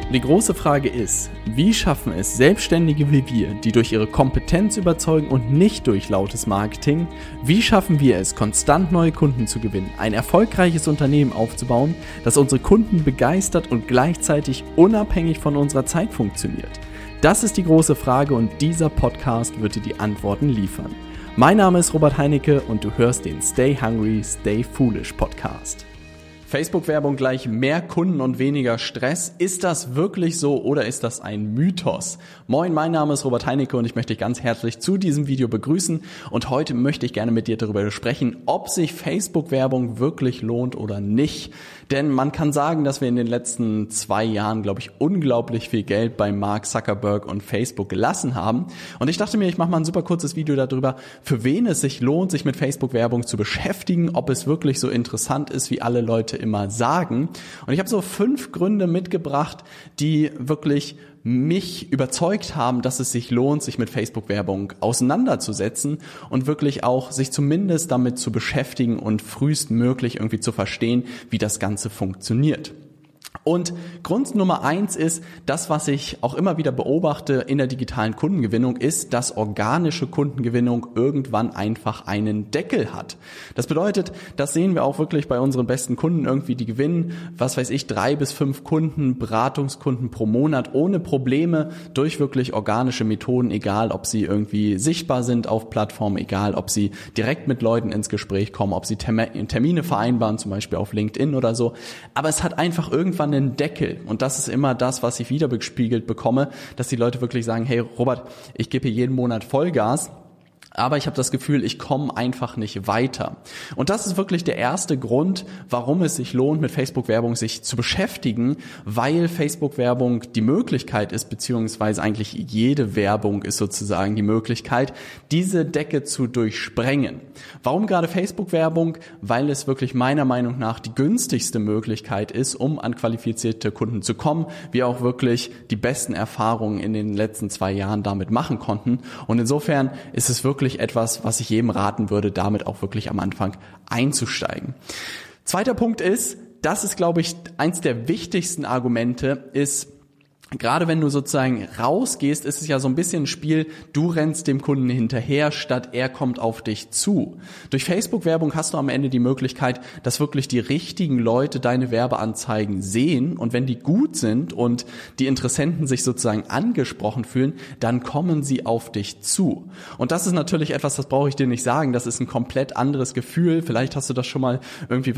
Die große Frage ist, wie schaffen es Selbstständige wie wir, die durch ihre Kompetenz überzeugen und nicht durch lautes Marketing? Wie schaffen wir es, konstant neue Kunden zu gewinnen, ein erfolgreiches Unternehmen aufzubauen, das unsere Kunden begeistert und gleichzeitig unabhängig von unserer Zeit funktioniert? Das ist die große Frage und dieser Podcast wird dir die Antworten liefern. Mein Name ist Robert Heinecke und du hörst den Stay Hungry, Stay Foolish Podcast. Facebook-Werbung gleich mehr Kunden und weniger Stress. Ist das wirklich so oder ist das ein Mythos? Moin, mein Name ist Robert Heinecke und ich möchte dich ganz herzlich zu diesem Video begrüßen. Und heute möchte ich gerne mit dir darüber sprechen, ob sich Facebook-Werbung wirklich lohnt oder nicht. Denn man kann sagen, dass wir in den letzten 2 Jahren, glaube ich, unglaublich viel Geld bei Mark Zuckerberg und Facebook gelassen haben. Und ich dachte mir, ich mache mal ein super kurzes Video darüber, für wen es sich lohnt, sich mit Facebook-Werbung zu beschäftigen, ob es wirklich so interessant ist, wie alle Leute immer sagen. Und ich habe so 5 Gründe mitgebracht, die wirklich mich überzeugt haben, dass es sich lohnt, sich mit Facebook-Werbung auseinanderzusetzen und wirklich auch sich zumindest damit zu beschäftigen und frühestmöglich irgendwie zu verstehen, wie das Ganze funktioniert. Und Grund Nummer 1 ist, das, was ich auch immer wieder beobachte in der digitalen Kundengewinnung, ist, dass organische Kundengewinnung irgendwann einfach einen Deckel hat. Das bedeutet, das sehen wir auch wirklich bei unseren besten Kunden irgendwie, die gewinnen, 3 bis 5 Kunden, Beratungskunden pro Monat ohne Probleme durch wirklich organische Methoden, egal ob sie irgendwie sichtbar sind auf Plattformen, egal ob sie direkt mit Leuten ins Gespräch kommen, ob sie Termine vereinbaren, zum Beispiel auf LinkedIn oder so. Aber es hat einfach irgendwann einen Deckel und das ist immer das, was ich wiedergespiegelt bekomme, dass die Leute wirklich sagen, hey Robert, ich gebe hier jeden Monat Vollgas, aber ich habe das Gefühl, ich komme einfach nicht weiter. Und das ist wirklich der erste Grund, warum es sich lohnt, mit Facebook-Werbung sich zu beschäftigen, weil Facebook-Werbung die Möglichkeit ist, beziehungsweise eigentlich jede Werbung ist sozusagen die Möglichkeit, diese Decke zu durchsprengen. Warum gerade Facebook-Werbung? Weil es wirklich meiner Meinung nach die günstigste Möglichkeit ist, um an qualifizierte Kunden zu kommen. Wir auch wirklich die besten Erfahrungen in den letzten 2 Jahren damit machen konnten. Und insofern ist es wirklich etwas, was ich jedem raten würde, damit auch wirklich am Anfang einzusteigen. Zweiter Punkt ist, das ist, glaube ich, eins der wichtigsten Argumente, ist, gerade wenn du sozusagen rausgehst, ist es ja so ein bisschen ein Spiel, du rennst dem Kunden hinterher, statt er kommt auf dich zu. Durch Facebook-Werbung hast du am Ende die Möglichkeit, dass wirklich die richtigen Leute deine Werbeanzeigen sehen und wenn die gut sind und die Interessenten sich sozusagen angesprochen fühlen, dann kommen sie auf dich zu. Und das ist natürlich etwas, das brauche ich dir nicht sagen, das ist ein komplett anderes Gefühl. Vielleicht hast du das schon mal irgendwie,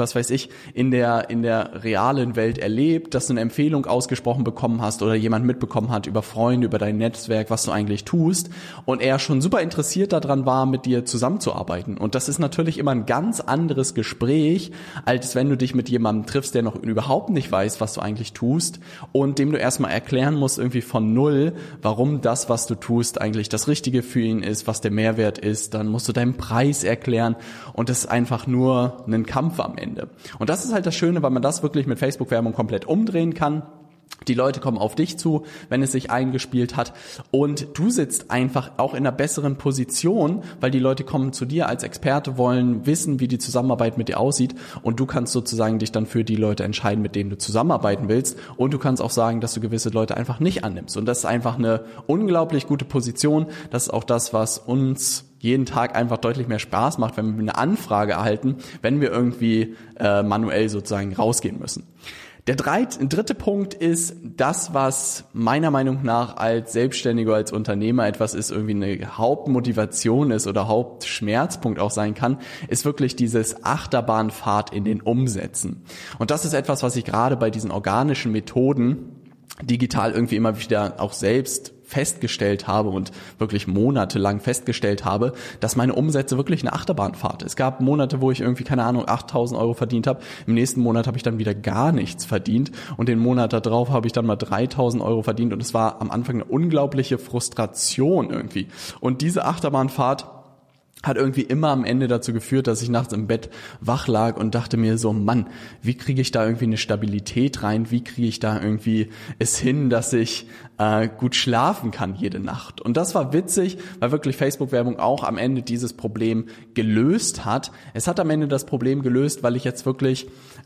in der realen Welt erlebt, dass du eine Empfehlung ausgesprochen bekommen hast oder jemand mitbekommen hat über Freunde, über dein Netzwerk, was du eigentlich tust und er schon super interessiert daran war, mit dir zusammenzuarbeiten. Und das ist natürlich immer ein ganz anderes Gespräch, als wenn du dich mit jemandem triffst, der noch überhaupt nicht weiß, was du eigentlich tust und dem du erstmal erklären musst, irgendwie von null, warum das, was du tust, eigentlich das Richtige für ihn ist, was der Mehrwert ist. Dann musst du deinen Preis erklären und das ist einfach nur ein Kampf am Ende. Und das ist halt das Schöne, weil man das wirklich mit Facebook-Werbung komplett umdrehen kann. Die Leute kommen auf dich zu, wenn es sich eingespielt hat und du sitzt einfach auch in einer besseren Position, weil die Leute kommen zu dir als Experte, wollen wissen, wie die Zusammenarbeit mit dir aussieht und du kannst sozusagen dich dann für die Leute entscheiden, mit denen du zusammenarbeiten willst und du kannst auch sagen, dass du gewisse Leute einfach nicht annimmst und das ist einfach eine unglaublich gute Position. Das ist auch das, was uns jeden Tag einfach deutlich mehr Spaß macht, wenn wir eine Anfrage erhalten, wenn wir irgendwie manuell sozusagen rausgehen müssen. Der dritte Punkt ist das, was meiner Meinung nach als Selbstständiger, als Unternehmer etwas ist, irgendwie eine Hauptmotivation ist oder Hauptschmerzpunkt auch sein kann, ist wirklich dieses Achterbahnfahrt in den Umsätzen. Und das ist etwas, was ich gerade bei diesen organischen Methoden digital irgendwie immer wieder auch selbst festgestellt habe und wirklich monatelang festgestellt habe, dass meine Umsätze wirklich eine Achterbahnfahrt ist. Es gab Monate, wo ich irgendwie, 8.000 Euro verdient habe. Im nächsten Monat habe ich dann wieder gar nichts verdient und den Monat darauf habe ich dann mal 3.000 Euro verdient und es war am Anfang eine unglaubliche Frustration irgendwie. Und diese Achterbahnfahrt hat irgendwie immer am Ende dazu geführt, dass ich nachts im Bett wach lag und dachte mir so, Mann, wie kriege ich da irgendwie eine Stabilität rein? Wie kriege ich da irgendwie es hin, dass ich gut schlafen kann jede Nacht? Und das war witzig, weil wirklich Facebook-Werbung auch am Ende dieses Problem gelöst hat. Es hat am Ende das Problem gelöst, weil ich jetzt wirklich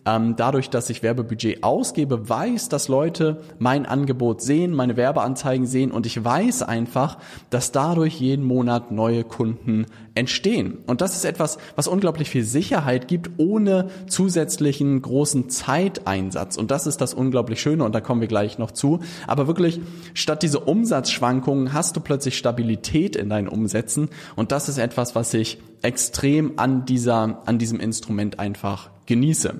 dadurch, dass ich Werbebudget ausgebe, weiß, dass Leute mein Angebot sehen, meine Werbeanzeigen sehen und ich weiß einfach, dass dadurch jeden Monat neue Kunden entstehen. Und das ist etwas, was unglaublich viel Sicherheit gibt, ohne zusätzlichen großen Zeiteinsatz. Und das ist das unglaublich Schöne und da kommen wir gleich noch zu. Aber wirklich, statt diese Umsatzschwankungen hast du plötzlich Stabilität in deinen Umsätzen und das ist etwas, was ich extrem an diesem Instrument einfach genieße.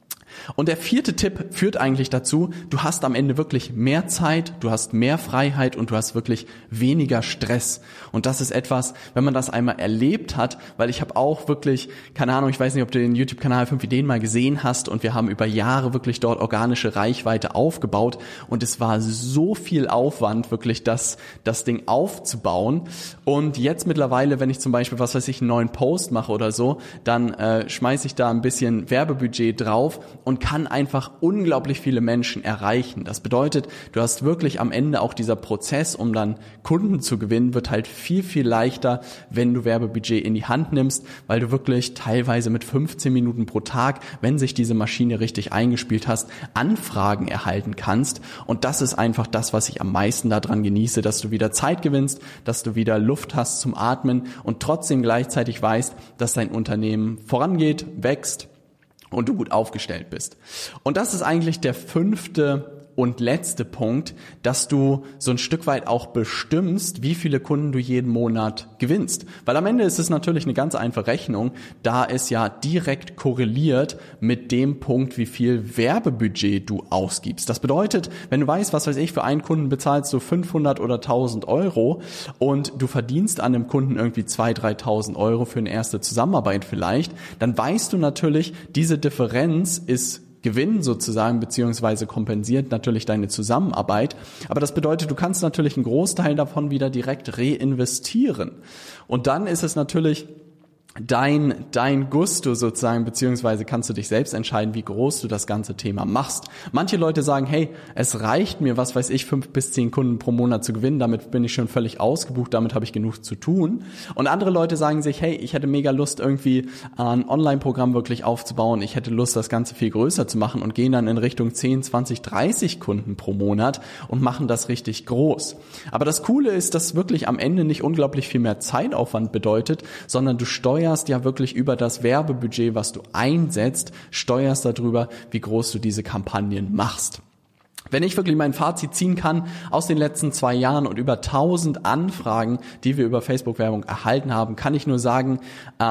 Und der 4. Tipp führt eigentlich dazu, du hast am Ende wirklich mehr Zeit, du hast mehr Freiheit und du hast wirklich weniger Stress. Und das ist etwas, wenn man das einmal erlebt hat, weil ich habe auch wirklich, keine Ahnung, ich weiß nicht, ob du den YouTube-Kanal 5 Ideen mal gesehen hast und wir haben über Jahre wirklich dort organische Reichweite aufgebaut und es war so viel Aufwand, wirklich das Ding aufzubauen. Und jetzt mittlerweile, wenn ich zum Beispiel, einen neuen Post mache oder so, dann schmeiße ich da ein bisschen Werbebudget drauf und kann einfach unglaublich viele Menschen erreichen. Das bedeutet, du hast wirklich am Ende auch dieser Prozess, um dann Kunden zu gewinnen, wird halt viel, viel leichter, wenn du Werbebudget in die Hand nimmst, weil du wirklich teilweise mit 15 Minuten pro Tag, wenn sich diese Maschine richtig eingespielt hast, Anfragen erhalten kannst. Und das ist einfach das, was ich am meisten daran genieße, dass du wieder Zeit gewinnst, dass du wieder Luft hast zum Atmen und trotzdem gleichzeitig weißt, dass dein Unternehmen vorangeht, wächst und du gut aufgestellt bist. Und das ist eigentlich der 5. und letzte Punkt, dass du so ein Stück weit auch bestimmst, wie viele Kunden du jeden Monat gewinnst. Weil am Ende ist es natürlich eine ganz einfache Rechnung, da es ja direkt korreliert mit dem Punkt, wie viel Werbebudget du ausgibst. Das bedeutet, wenn du weißt, für einen Kunden bezahlst du 500 oder 1000 Euro und du verdienst an einem Kunden irgendwie 2.000, 3.000 Euro für eine erste Zusammenarbeit vielleicht, dann weißt du natürlich, diese Differenz ist Gewinn sozusagen, beziehungsweise kompensiert natürlich deine Zusammenarbeit. Aber das bedeutet, du kannst natürlich einen Großteil davon wieder direkt reinvestieren. Und dann ist es natürlich dein Gusto sozusagen, beziehungsweise kannst du dich selbst entscheiden, wie groß du das ganze Thema machst. Manche Leute sagen, hey, es reicht mir, 5 bis 10 Kunden pro Monat zu gewinnen, damit bin ich schon völlig ausgebucht, damit habe ich genug zu tun. Und andere Leute sagen sich, hey, ich hätte mega Lust, irgendwie ein Online-Programm wirklich aufzubauen, ich hätte Lust, das Ganze viel größer zu machen und gehen dann in Richtung 10, 20, 30 Kunden pro Monat und machen das richtig groß. Aber das Coole ist, dass wirklich am Ende nicht unglaublich viel mehr Zeitaufwand bedeutet, sondern du steuerst ja wirklich über das Werbebudget, was du einsetzt, steuerst darüber, wie groß du diese Kampagnen machst. Wenn ich wirklich mein Fazit ziehen kann aus den letzten 2 Jahren und über 1000 Anfragen, die wir über Facebook-Werbung erhalten haben, kann ich nur sagen,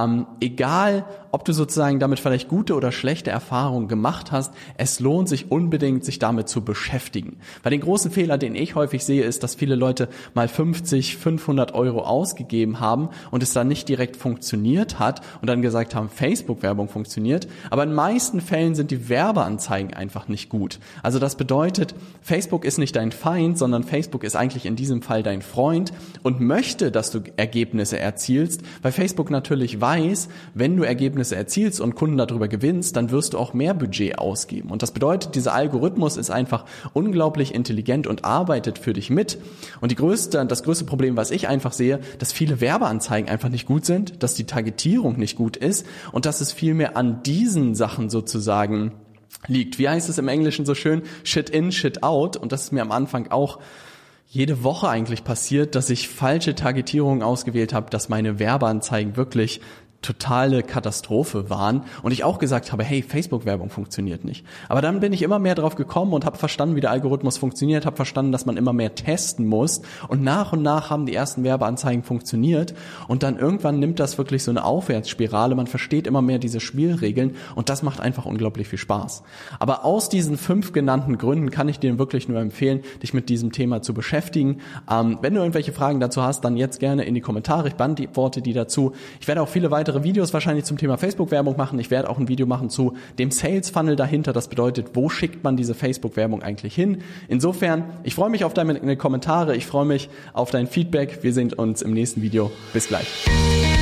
egal ob du sozusagen damit vielleicht gute oder schlechte Erfahrungen gemacht hast, es lohnt sich unbedingt, sich damit zu beschäftigen. Weil den großen Fehler, den ich häufig sehe, ist, dass viele Leute mal 50, 500 Euro ausgegeben haben und es dann nicht direkt funktioniert hat und dann gesagt haben, Facebook-Werbung funktioniert. Aber in den meisten Fällen sind die Werbeanzeigen einfach nicht gut. Also das bedeutet, Facebook ist nicht dein Feind, sondern Facebook ist eigentlich in diesem Fall dein Freund und möchte, dass du Ergebnisse erzielst, weil Facebook natürlich weiß, wenn du Ergebnisse erzielst und Kunden darüber gewinnst, dann wirst du auch mehr Budget ausgeben. Und das bedeutet, dieser Algorithmus ist einfach unglaublich intelligent und arbeitet für dich mit. Und das größte Problem, was ich einfach sehe, dass viele Werbeanzeigen einfach nicht gut sind, dass die Targetierung nicht gut ist und dass es vielmehr an diesen Sachen sozusagen liegt. Wie heißt es im Englischen so schön? Shit in, shit out. Und das ist mir am Anfang auch jede Woche eigentlich passiert, dass ich falsche Targetierungen ausgewählt habe, dass meine Werbeanzeigen wirklich totale Katastrophe waren und ich auch gesagt habe, hey, Facebook-Werbung funktioniert nicht. Aber dann bin ich immer mehr drauf gekommen und habe verstanden, wie der Algorithmus funktioniert, habe verstanden, dass man immer mehr testen muss und nach haben die ersten Werbeanzeigen funktioniert und dann irgendwann nimmt das wirklich so eine Aufwärtsspirale, man versteht immer mehr diese Spielregeln und das macht einfach unglaublich viel Spaß. Aber aus diesen 5 genannten Gründen kann ich dir wirklich nur empfehlen, dich mit diesem Thema zu beschäftigen. Wenn du irgendwelche Fragen dazu hast, dann jetzt gerne in die Kommentare, ich beantworte die dazu. Ich werde auch viele weitere Videos wahrscheinlich zum Thema Facebook-Werbung machen. Ich werde auch ein Video machen zu dem Sales-Funnel dahinter. Das bedeutet, wo schickt man diese Facebook-Werbung eigentlich hin? Insofern, ich freue mich auf deine Kommentare. Ich freue mich auf dein Feedback. Wir sehen uns im nächsten Video. Bis gleich.